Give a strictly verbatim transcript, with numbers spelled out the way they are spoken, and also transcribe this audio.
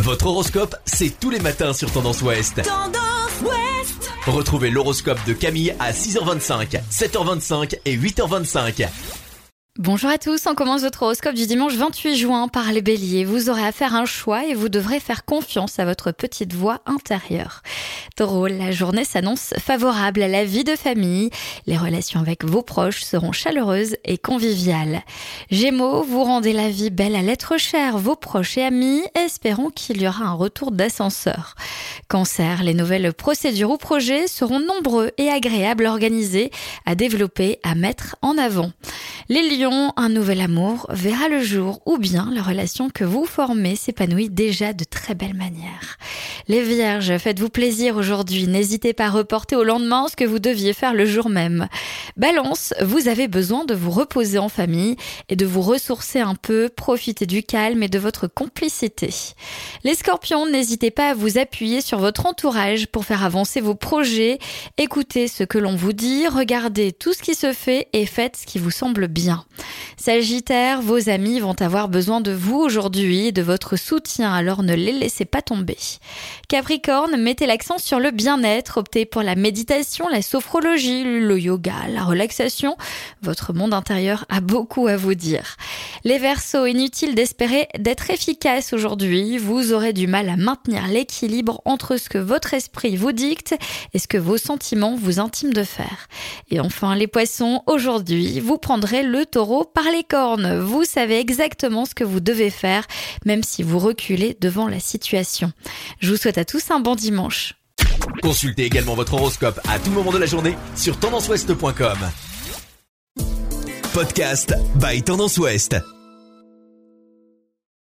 Votre horoscope, c'est tous les matins sur Tendance Ouest. Tendance Ouest. Retrouvez l'horoscope de Camille à six heures vingt-cinq, sept heures vingt-cinq et huit heures vingt-cinq. Bonjour à tous, on commence votre horoscope du dimanche vingt-huit juin par les béliers. Vous aurez à faire un choix et vous devrez faire confiance à votre petite voix intérieure. Taureau, la journée s'annonce favorable à la vie de famille. Les relations avec vos proches seront chaleureuses et conviviales. Gémeaux, vous rendez la vie belle à l'être cher, vos proches et amis. Espérons qu'il y aura un retour d'ascenseur. Cancer, les nouvelles procédures ou projets seront nombreux et agréables à organiser, à développer, à mettre en avant. Les lions, un nouvel amour verra le jour ou bien la relation que vous formez s'épanouit déjà de très belle manière. Les vierges, faites-vous plaisir aujourd'hui, n'hésitez pas à reporter au lendemain ce que vous deviez faire le jour même. Balance, vous avez besoin de vous reposer en famille et de vous ressourcer un peu, profitez du calme et de votre complicité. Les scorpions, n'hésitez pas à vous appuyer sur votre entourage pour faire avancer vos projets, écoutez ce que l'on vous dit, regardez tout ce qui se fait et faites ce qui vous semble bien. Sagittaire, vos amis vont avoir besoin de vous aujourd'hui et de votre soutien, alors ne les laissez pas tomber. Capricorne, mettez l'accent sur le bien-être, optez pour la méditation, la sophrologie, le yoga, la relaxation. Votre monde intérieur a beaucoup à vous dire. Les Verseaux, inutile d'espérer d'être efficace aujourd'hui, vous aurez du mal à maintenir l'équilibre entre ce que votre esprit vous dicte et ce que vos sentiments vous intiment de faire. Et enfin les Poissons, aujourd'hui, vous prendrez le taureau par les cornes. Vous savez exactement ce que vous devez faire, même si vous reculez devant la situation. Je vous souhaite à tous un bon dimanche. Consultez également votre horoscope à tout moment de la journée sur tendance ouest point com. Podcast by Tendance Ouest.